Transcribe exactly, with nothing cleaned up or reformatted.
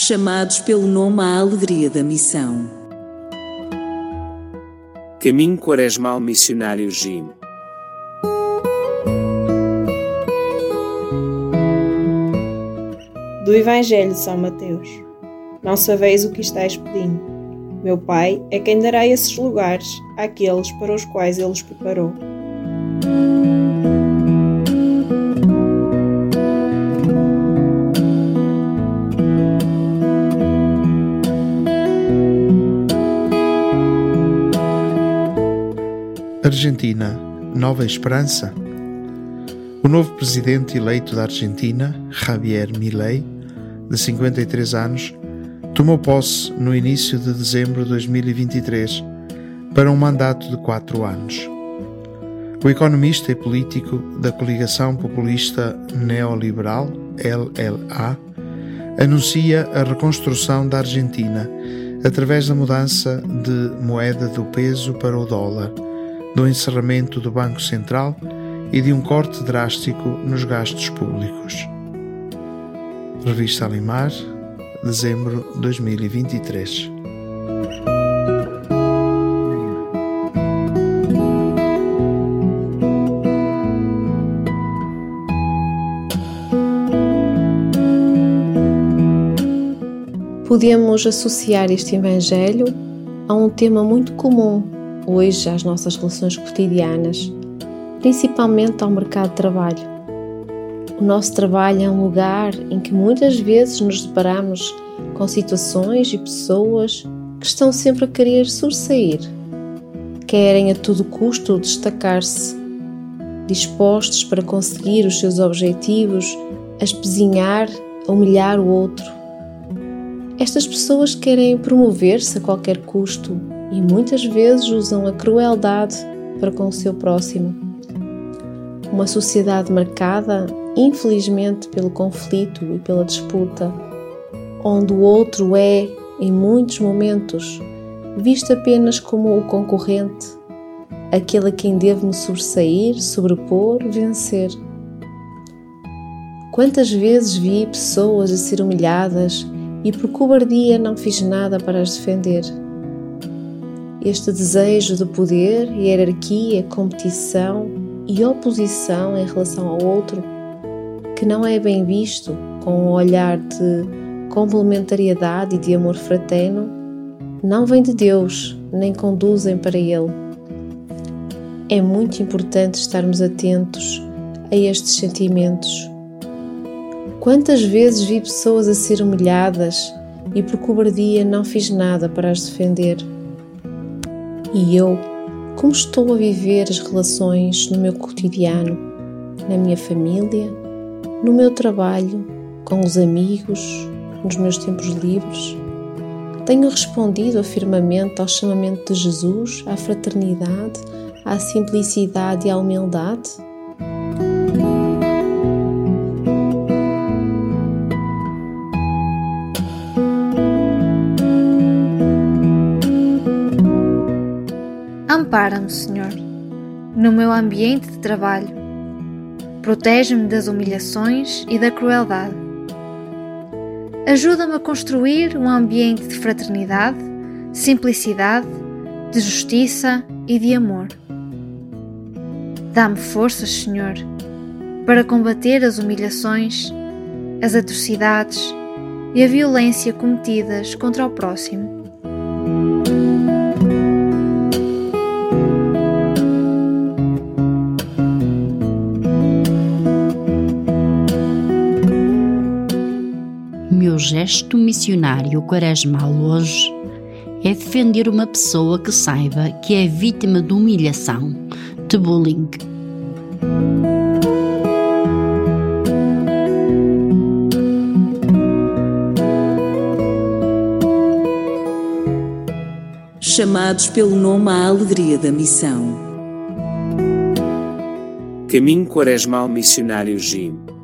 chamados pelo nome à alegria da missão. Caminho Quaresmal Missionário G I M. Do Evangelho de São Mateus. Não sabeis o que estáis pedindo. Meu Pai é quem dará esses lugares àqueles para os quais Ele os preparou. Argentina, nova esperança? O novo presidente eleito da Argentina, Javier Milei, de cinquenta e três anos, tomou posse no início de dezembro de dois mil e vinte e três para um mandato de quatro anos. O economista e político da coligação populista neoliberal, L L A, anuncia a reconstrução da Argentina através da mudança de moeda do peso para o dólar, do encerramento do Banco Central e de um corte drástico nos gastos públicos. Revista Alimar, dezembro de dois mil e vinte e três. Podemos associar este Evangelho a um tema muito comum hoje às nossas relações cotidianas, principalmente ao mercado de trabalho. O nosso trabalho é um lugar em que muitas vezes nos deparamos com situações e pessoas que estão sempre a querer sobressair, querem a todo custo destacar-se, dispostos para conseguir os seus objetivos, a espezinhar, a humilhar o outro. Estas pessoas querem promover-se a qualquer custo e muitas vezes usam a crueldade para com o seu próximo. Uma sociedade marcada, infelizmente, pelo conflito e pela disputa, onde o outro é, em muitos momentos, visto apenas como o concorrente, aquele a quem devo me sobressair, sobrepor, vencer. Quantas vezes vi pessoas a ser humilhadas e por cobardia não fiz nada para as defender? Este desejo de poder, hierarquia, competição e oposição em relação ao outro, que não é bem visto com um olhar de complementariedade e de amor fraterno, não vem de Deus, nem conduzem para Ele. É muito importante estarmos atentos a estes sentimentos. Quantas vezes vi pessoas a ser humilhadas e por cobardia não fiz nada para as defender? E eu, como estou a viver as relações no meu cotidiano, na minha família, no meu trabalho, com os amigos, nos meus tempos livres? Tenho respondido afirmamente ao chamamento de Jesus, à fraternidade, à simplicidade e à humildade? Ampara-me, Senhor, no meu ambiente de trabalho. Protege-me das humilhações e da crueldade. Ajuda-me a construir um ambiente de fraternidade, simplicidade, de justiça e de amor. Dá-me forças, Senhor, para combater as humilhações, as atrocidades e a violência cometidas contra o próximo. O meu gesto missionário quaresmal hoje é defender uma pessoa que saiba que é vítima de humilhação, de bullying. Chamados pelo nome à alegria da missão. Caminho Quaresmal Missionário G I M.